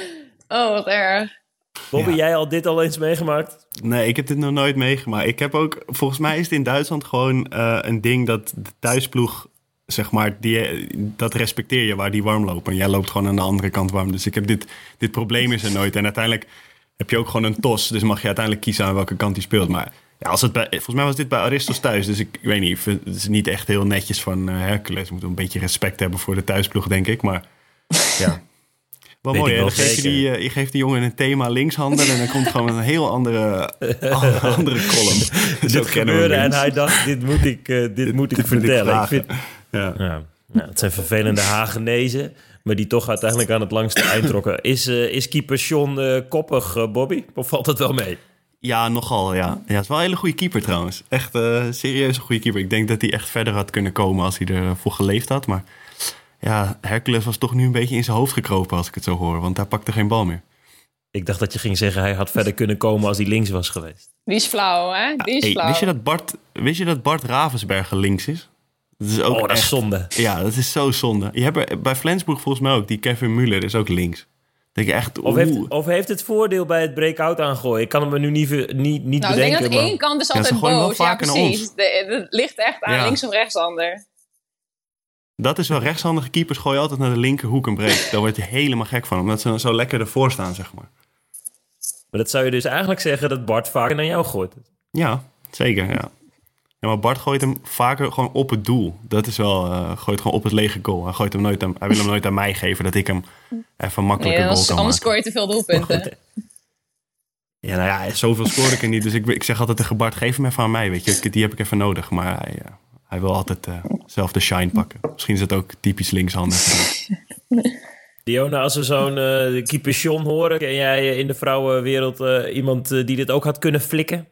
Oh, wat erg. Bobby, jij al dit al eens meegemaakt? Nee, ik heb dit nog nooit meegemaakt. Ik heb ook, volgens mij is het in Duitsland gewoon een ding dat de thuisploeg, zeg maar, dat respecteer je waar die warm lopen. En jij loopt gewoon aan de andere kant warm. Dus ik heb dit probleem is er nooit. En uiteindelijk heb je ook gewoon een tos. Dus mag je uiteindelijk kiezen aan welke kant die speelt. Maar ja, volgens mij was dit bij Aristos thuis. Dus ik weet niet, het is niet echt heel netjes van Hercules. Je moet een beetje respect hebben voor de thuisploeg, denk ik. Maar ja, wel mooi. Dan je geeft die jongen een thema linkshander en dan komt gewoon een heel andere column. Dit gebeurde en hij dacht, dit moet ik vertellen. Het zijn vervelende Hagenezen, maar die toch uiteindelijk aan het langste eind trokken. Is keeper John koppig, Bobby? Of valt het wel mee? Ja, nogal, ja. Ja, het is wel een hele goede keeper trouwens. Echt serieus een goede keeper. Ik denk dat hij echt verder had kunnen komen als hij ervoor geleefd had. Maar ja, Hercules was toch nu een beetje in zijn hoofd gekropen als ik het zo hoor. Want hij pakte geen bal meer. Ik dacht dat je ging zeggen hij had verder kunnen komen als hij links was geweest. Die is flauw, hè? Die is flauw. Wist je dat Bart Ravensberger links is? Dat is ook dat is zonde. Ja, dat is zo zonde. Je hebt er bij Flensburg volgens mij ook. Die Kevin Müller is ook links. Denk je echt, of heeft het voordeel bij het break-out aangooien? Ik kan het me nu niet bedenken. Ik denk dat 1 kant is altijd boos. Ja, precies. Het ligt echt aan links of rechtsander. Dat is wel, rechtshandige keepers gooien altijd naar de linkerhoek een break. Daar word je helemaal gek van, omdat ze dan zo lekker ervoor staan, zeg maar. Maar dat zou je dus eigenlijk zeggen dat Bart vaker naar jou gooit. Ja, zeker, ja. Ja, maar Bart gooit hem vaker gewoon op het doel. Dat is wel, gooit gewoon op het lege goal. Hij wil hem nooit aan mij geven, dat ik hem even makkelijker goal kan maken. Anders scoor je te veel doelpunten. Ja, nou ja, zoveel scoor ik er niet. Dus ik zeg altijd tegen Bart, geef hem even aan mij, weet je. Die heb ik even nodig. Maar hij wil altijd zelf de shine pakken. Misschien is het ook typisch linkshandig. Diona, als we zo'n keeper John horen, ken jij in de vrouwenwereld iemand die dit ook had kunnen flikken?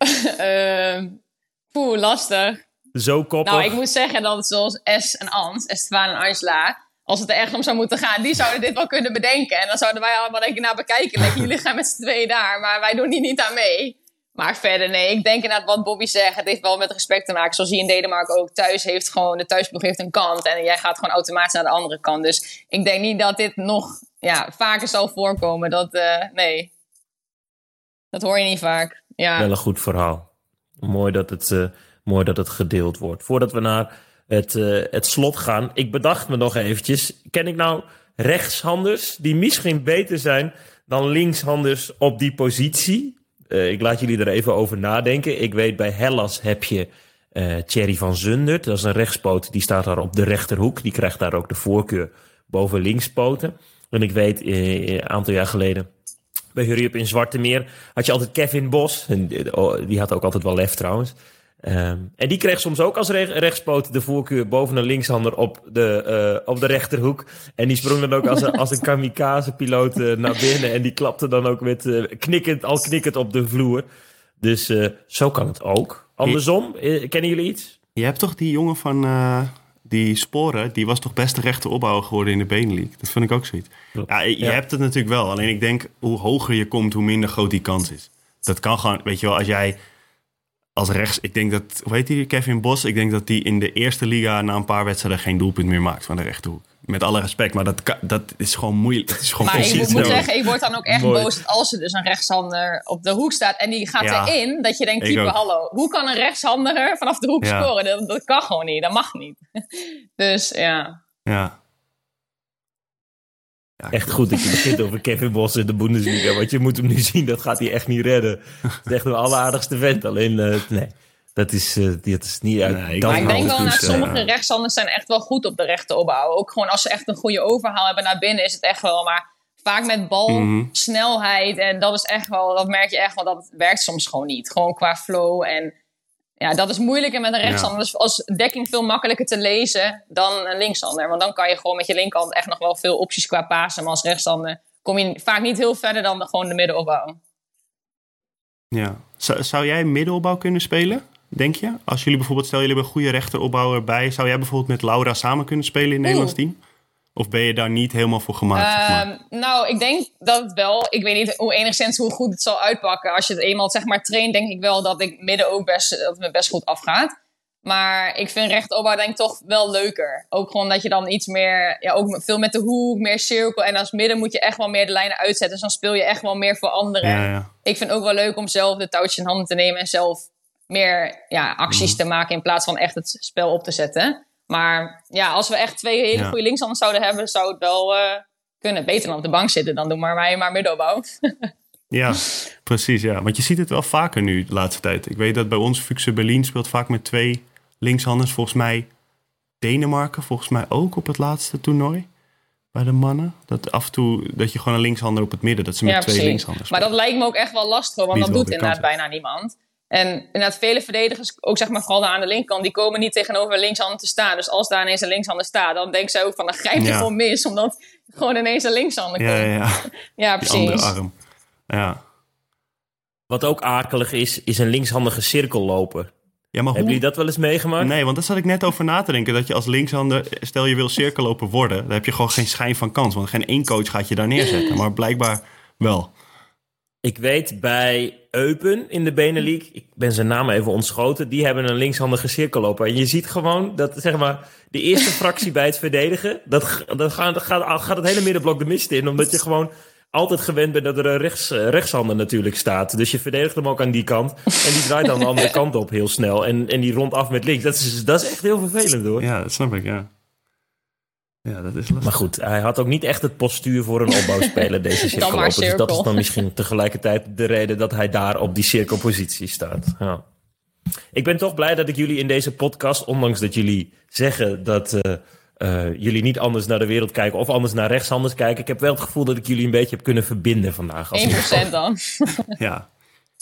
Lastig. Zo koppig. Nou, ik moet zeggen dat zoals S en Ans, Esteban en Angela, als het er echt om zou moeten gaan, die zouden dit wel kunnen bedenken. En dan zouden wij allemaal denken, nou bekijken, jullie gaan met z'n tweeën daar, maar wij doen hier niet aan mee. Maar verder, nee, ik denk inderdaad wat Bobby zegt, het heeft wel met respect te maken. Zoals je in Denemarken ook, de thuisploeg heeft een kant en jij gaat gewoon automatisch naar de andere kant. Dus ik denk niet dat dit nog vaker zal voorkomen. Nee, dat hoor je niet vaak. Ja. Wel een goed verhaal. Mooi dat het gedeeld wordt. Voordat we naar het slot gaan, ik bedacht me nog eventjes, ken ik nou rechtshanders die misschien beter zijn dan linkshanders op die positie? Ik laat jullie er even over nadenken. Ik weet, bij Hellas heb je Thierry van Zundert. Dat is een rechtspoot, die staat daar op de rechterhoek. Die krijgt daar ook de voorkeur boven linkspoten. En ik weet, een aantal jaar geleden, bij Hurry Up in Zwartemeer had je altijd Kevin Bos. En die had ook altijd wel lef trouwens. En die kreeg soms ook als rechtspoot de voorkeur boven een linkshander op de rechterhoek. En die sprong dan ook als een kamikaze-piloot naar binnen. En die klapte dan ook met knikkend op de vloer. Dus zo kan het ook. Andersom, kennen jullie iets? Je hebt toch die jongen van die Sporen, die was toch beste rechteropbouwer geworden in de Benelux. Dat vind ik ook zoiets. Ja, je hebt het natuurlijk wel. Alleen ik denk, hoe hoger je komt, hoe minder groot die kans is. Dat kan gewoon, weet je wel, als jij als rechts, ik denk dat, hoe heet die, Kevin Bos? Ik denk dat die in de eerste liga na een paar wedstrijden geen doelpunt meer maakt van de rechterhoek. Met alle respect, maar dat is gewoon moeilijk. Het is gewoon maar ik moet zeggen, ik word dan ook echt boos als er dus een rechtshander op de hoek staat en die gaat erin, dat je denkt, keeper, hallo, hoe kan een rechtshandiger vanaf de hoek scoren? Dat kan gewoon niet, dat mag niet. Dus ja. Echt goed dat je begint over Kevin Bos in de Bundesliga. Want je moet hem nu zien, dat gaat hij echt niet redden. Het is echt een alleraardigste vent. Alleen, nee, dat is niet uit. Nee, maar ik denk wel dat sommige rechtshanders zijn echt wel goed op de rechte opbouw. Ook gewoon als ze echt een goede overhaal hebben naar binnen is het echt wel. Maar vaak met bal, snelheid en dat is echt wel, dat merk je echt wel, dat werkt soms gewoon niet. Gewoon qua flow en ja, dat is moeilijker met een rechtshander. Dus als dekking veel makkelijker te lezen dan een linkshander. Want dan kan je gewoon met je linkerhand echt nog wel veel opties qua pasen. Maar als rechtshander kom je vaak niet heel verder dan gewoon de middenopbouw. Ja. Zou jij middenopbouw kunnen spelen, denk je? Als jullie bijvoorbeeld, stel jullie hebben een goede rechteropbouwer erbij. Zou jij bijvoorbeeld met Laura samen kunnen spelen in het Nederlands team? Of ben je daar niet helemaal voor gemaakt? Zeg maar? Nou, ik denk dat het wel. Ik weet niet hoe goed het zal uitpakken. Als je het eenmaal zeg maar traint, denk ik wel dat ik midden ook dat het me best goed afgaat. Maar ik vind rechteropbouw denk ik toch wel leuker. Ook gewoon dat je dan iets meer, ook veel met de hoek, meer cirkel. En als midden moet je echt wel meer de lijnen uitzetten. Dus dan speel je echt wel meer voor anderen. Ja. Ik vind het ook wel leuk om zelf de touwtjes in handen te nemen en zelf meer acties te maken in plaats van echt het spel op te zetten. Maar ja, als we echt twee hele goede linkshanders zouden hebben, zou het wel kunnen. Beter dan op de bank zitten, dan doen wij maar middenopbouw. Ja, precies. Ja. Want je ziet het wel vaker nu de laatste tijd. Ik weet dat bij ons Füchse Berlin speelt vaak met 2 linkshanders. Volgens mij Denemarken, volgens mij ook op het laatste toernooi. Bij de mannen. Dat af en toe, dat je gewoon een linkshander op het midden, dat ze met 2 linkshanders spelen. Maar dat lijkt me ook echt wel lastig, want dat doet inderdaad bijna niemand. En inderdaad, vele verdedigers, ook zeg maar vooral daar aan de linkerkant, die komen niet tegenover een linkshander te staan. Dus als daar ineens een linkshander staat, dan denken zij ook van, dan grijp je gewoon mis, omdat gewoon ineens een linkshander komt. Ja, precies. Die andere arm. Ja. Wat ook akelig is een linkshandige cirkelloper. Ja, maar hebben jullie dat wel eens meegemaakt? Nee, want daar zat ik net over na te denken. Dat je als linkshander, stel je wil cirkelloper worden, dan heb je gewoon geen schijn van kans. Want geen één coach gaat je daar neerzetten. Maar blijkbaar wel. Ik weet bij Eupen in de Benelux, ik ben zijn naam even ontschoten, die hebben een linkshandige cirkelloper. En je ziet gewoon dat, zeg maar, de eerste fractie bij het verdedigen, dat gaat het hele middenblok de mist in. Omdat je gewoon altijd gewend bent dat er een rechtshander natuurlijk staat. Dus je verdedigt hem ook aan die kant. En die draait dan de andere kant op heel snel. En die rondt af met links. Dat is echt heel vervelend, hoor. Ja, dat snap ik, ja. Ja, dat is lastig. Maar goed, hij had ook niet echt het postuur voor een opbouwspeler, deze cirkelloper. Dus dat is dan misschien tegelijkertijd de reden dat hij daar op die cirkelpositie staat. Ja. Ik ben toch blij dat ik jullie in deze podcast, ondanks dat jullie zeggen dat jullie niet anders naar de wereld kijken of anders naar rechtshanders kijken. Ik heb wel het gevoel dat ik jullie een beetje heb kunnen verbinden vandaag. 1% dan. Ja.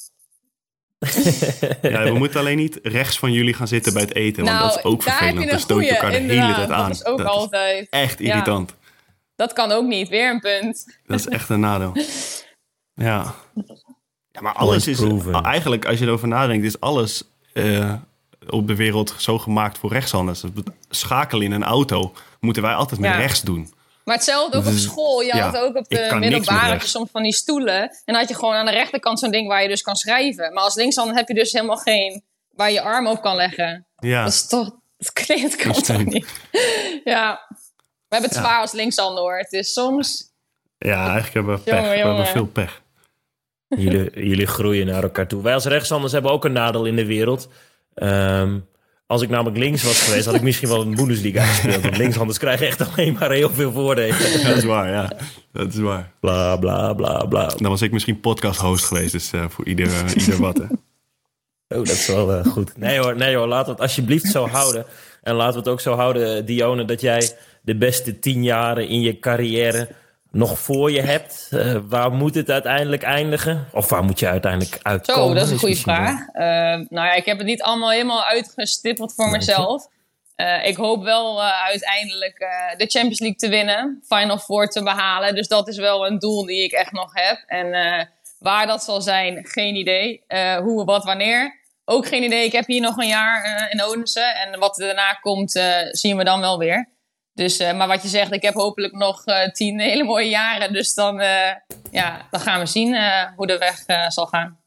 Ja, we moeten alleen niet rechts van jullie gaan zitten bij het eten. Want dat is ook vervelend. Dan stoot je elkaar de hele tijd aan. Dat is ook altijd. Echt irritant. Ja, dat kan ook niet. Weer een punt. Dat is echt een nadeel. Ja. Ja, maar alles is... Eigenlijk, als je erover nadenkt, is alles op de wereld zo gemaakt voor rechtshanders. Schakelen in een auto moeten wij altijd met rechts doen. Maar hetzelfde ook op school. Je had ook op de middelbare soms van die stoelen. En dan had je gewoon aan de rechterkant zo'n ding waar je dus kan schrijven. Maar als linkshander heb je dus helemaal geen... waar je arm op kan leggen. Ja. Dat is toch... Dat kan toch niet? Ja. We hebben het zwaar als linkshander hoor. Het is soms... Ja, eigenlijk hebben we pech. We hebben veel pech. Jullie groeien naar elkaar toe. Wij als rechtshanders hebben ook een nadeel in de wereld. Als ik namelijk links was geweest, had ik misschien wel een Bundesliga gespeeld. Want linkshanders krijgen echt alleen maar heel veel voordelen. Dat is waar, ja. Dat is waar. Bla, bla, bla, bla. Dan was ik misschien podcast-host geweest, dus voor ieder wat, hè. Oh, dat is wel goed. Nee hoor, laten we het alsjeblieft zo houden. En laten we het ook zo houden, Dione, dat jij de beste 10 jaren in je carrière nog voor je hebt. Waar moet het uiteindelijk eindigen? Of waar moet je uiteindelijk uitkomen? Zo, dat is een goede vraag. Nou ja, ik heb het niet allemaal helemaal uitgestippeld voor mezelf. Ik hoop wel uiteindelijk de Champions League te winnen. Final Four te behalen. Dus dat is wel een doel die ik echt nog heb. En waar dat zal zijn, geen idee. Hoe, wat, wanneer. Ook geen idee. Ik heb hier nog een jaar in Odense. En wat er daarna komt, zien we dan wel weer. Dus, maar wat je zegt, ik heb hopelijk nog 10 hele mooie jaren. Dus dan gaan we zien hoe de weg zal gaan.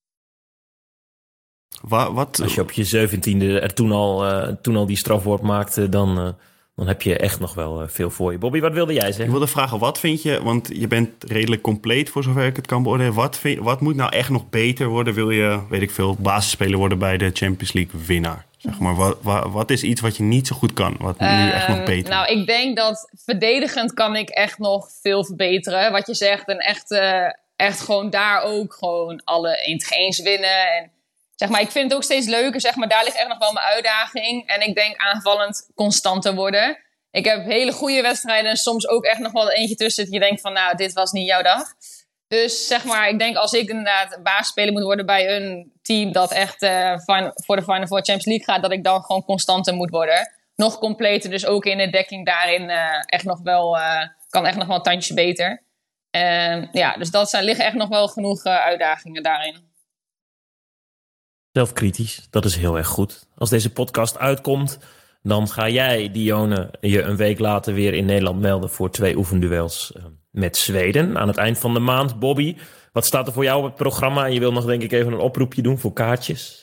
Als je op je 17e er toen al die strafworp maakte, dan heb je echt nog wel veel voor je. Bobby, wat wilde jij zeggen? Ik wilde vragen, wat vind je, want je bent redelijk compleet voor zover ik het kan beoordelen. Wat moet nou echt nog beter worden? Wil je, weet ik veel, basisspeler worden bij de Champions League winnaar? Zeg maar, wat is iets wat je niet zo goed kan? Wat nu echt nog beter? Nou, ik denk dat verdedigend kan ik echt nog veel verbeteren. Wat je zegt, en echt gewoon daar ook gewoon alle 1-1's winnen. En zeg maar, ik vind het ook steeds leuker. Zeg maar, daar ligt echt nog wel mijn uitdaging. En ik denk aanvallend constanter worden. Ik heb hele goede wedstrijden en soms ook echt nog wel eentje tussen dat je denkt van, nou, dit was niet jouw dag. Dus zeg maar, ik denk als ik inderdaad basisspeler moet worden bij een team dat echt voor de Final Four Champions League gaat, dat ik dan gewoon constanter moet worden. Nog completer, dus ook in de dekking daarin echt nog wel, kan echt nog wel een tandje beter. Dus liggen echt nog wel genoeg uitdagingen daarin. Zelfkritisch, dat is heel erg goed. Als deze podcast uitkomt, dan ga jij, Dione, je een week later weer in Nederland melden voor 2 oefenduels met Zweden aan het eind van de maand. Bobby, wat staat er voor jou op het programma? En je wil nog denk ik even een oproepje doen voor kaartjes.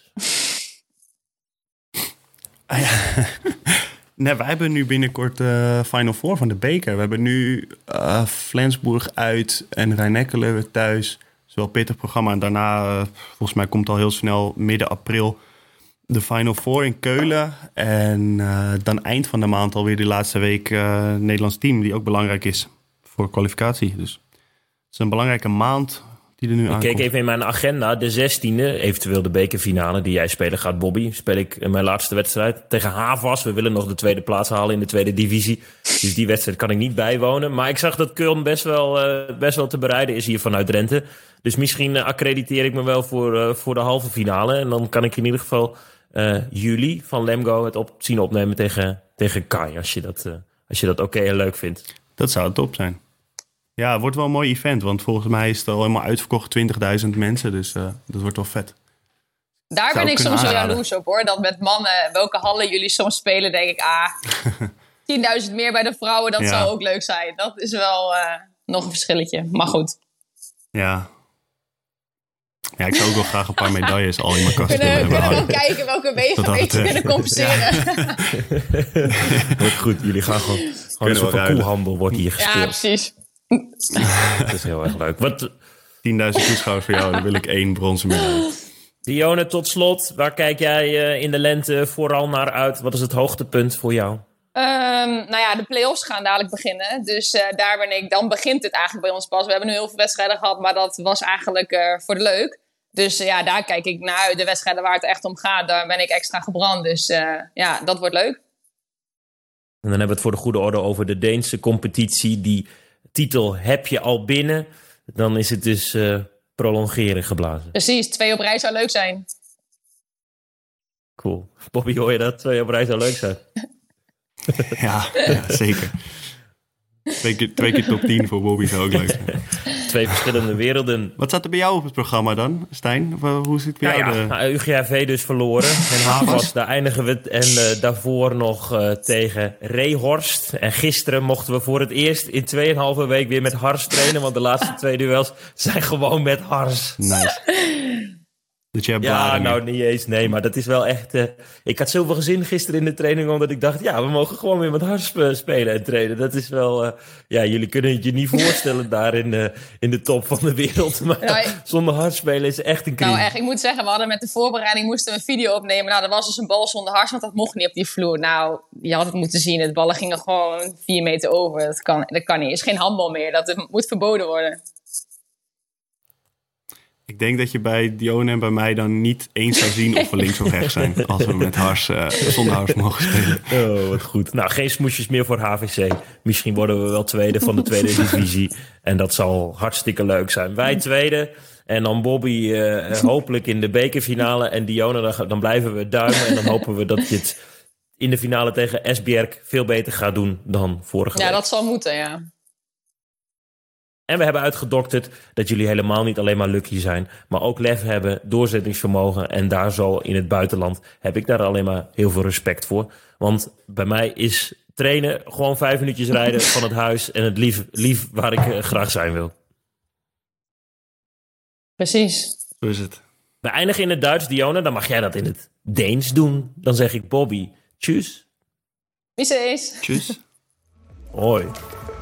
Nee, wij hebben nu binnenkort Final Four van de beker. We hebben nu Flensburg uit en Rhein-Neckar weer thuis. Wel pittig programma. En daarna, volgens mij komt al heel snel midden april de Final Four in Keulen. En dan eind van de maand alweer de laatste week Nederlands team, die ook belangrijk is voor kwalificatie. Dus het is een belangrijke maand die er nu aankomt. Ik keek even in mijn agenda. De 16e, eventueel de bekerfinale die jij spelen gaat, Bobby. Speel ik in mijn laatste wedstrijd tegen Havas. We willen nog de tweede plaats halen in de tweede divisie. Dus die wedstrijd kan ik niet bijwonen. Maar ik zag dat Köln best wel te bereiden is hier vanuit Drenthe. Dus misschien accrediteer ik me wel voor de halve finale. En dan kan ik in ieder geval jullie van Lemgo het zien opnemen tegen Kai. Als je dat oké en leuk vindt. Dat zou top zijn. Ja, het wordt wel een mooi event. Want volgens mij is het al helemaal uitverkocht 20.000 mensen. Dus dat wordt wel vet. Daar ben ik soms wel jaloers op hoor. Dat met mannen, welke hallen jullie soms spelen, denk ik 10.000 meer bij de vrouwen. Dat zou ook leuk zijn. Dat is wel nog een verschilletje. Maar goed. Ja, ik zou ook wel graag een paar medailles al in mijn kast willen hebben. We kunnen wel kijken welke wegen een beetje kunnen compenseren. Wordt goed, jullie gaan gewoon een soort van koelhandel wordt hier gespeeld. Ja, precies. Dat is heel erg leuk. 10.000 toeschouwers voor jou, dan wil ik 1 bronzen medaille. Dione, tot slot, waar kijk jij in de lente vooral naar uit? Wat is het hoogtepunt voor jou? De play-offs gaan dadelijk beginnen. Dus dan begint het eigenlijk bij ons pas. We hebben nu heel veel wedstrijden gehad, maar dat was eigenlijk voor de leuk. Dus daar kijk ik naar uit. De wedstrijden waar het echt om gaat, daar ben ik extra gebrand. Dus dat wordt leuk. En dan hebben we het voor de goede orde over de Deense competitie. Die titel heb je al binnen. Dan is het dus prolongeren geblazen. Precies, 2 op rij zou leuk zijn. Cool. Bobby, hoor je dat? 2 op rij zou leuk zijn. Ja, zeker. 2 keer top 10 voor Bobby zou ook leuk zijn. 2 verschillende werelden. Wat staat er bij jou op het programma dan, Stijn? Hoe zit het bij jou? UGHV dus verloren. En Havas, daar eindigen we. En daarvoor nog tegen Reehorst. En gisteren mochten we voor het eerst in 2,5 week weer met Hars trainen. Want de laatste 2 duels zijn gewoon met Hars. Nice. Dat je hebt niet eens. Nee, maar dat is wel echt... ik had zoveel gezin gisteren in de training, omdat ik dacht... we mogen gewoon weer met Hars spelen en trainen. Dat is wel... jullie kunnen het je niet voorstellen daar in de top van de wereld. Maar zonder Hars spelen is echt een crisis. Nou echt, ik moet zeggen, we hadden met de voorbereiding moesten we een video opnemen. Nou, er was dus een bal zonder Hars, want dat mocht niet op die vloer. Nou, je had het moeten zien. Het ballen gingen gewoon 4 meter over. Dat kan niet. Het is geen handbal meer. Dat moet verboden worden. Ik denk dat je bij Dione en bij mij dan niet eens zou zien of we links of rechts zijn. Als we met Hars, zonder Hars mogen spelen. Oh, wat goed. Nou, geen smoesjes meer voor HVC. Misschien worden we wel tweede van de tweede divisie. En dat zal hartstikke leuk zijn. Wij tweede. En dan Bobby hopelijk in de bekerfinale. En Dione, dan blijven we duimen. En dan hopen we dat je het in de finale tegen Esbjerg veel beter gaat doen dan vorige week. Ja, dat zal moeten, ja. En we hebben uitgedokterd dat jullie helemaal niet alleen maar lucky zijn, maar ook lef hebben, doorzettingsvermogen. En daar zo in het buitenland heb ik daar alleen maar heel veel respect voor. Want bij mij is trainen gewoon 5 minuutjes rijden van het huis en het lief waar ik graag zijn wil. Precies. Zo is het. We eindigen in het Duits, Dione. Dan mag jij dat in het Deens doen. Dan zeg ik Bobby, tjus. Wie ze is. Tjus. Hoi.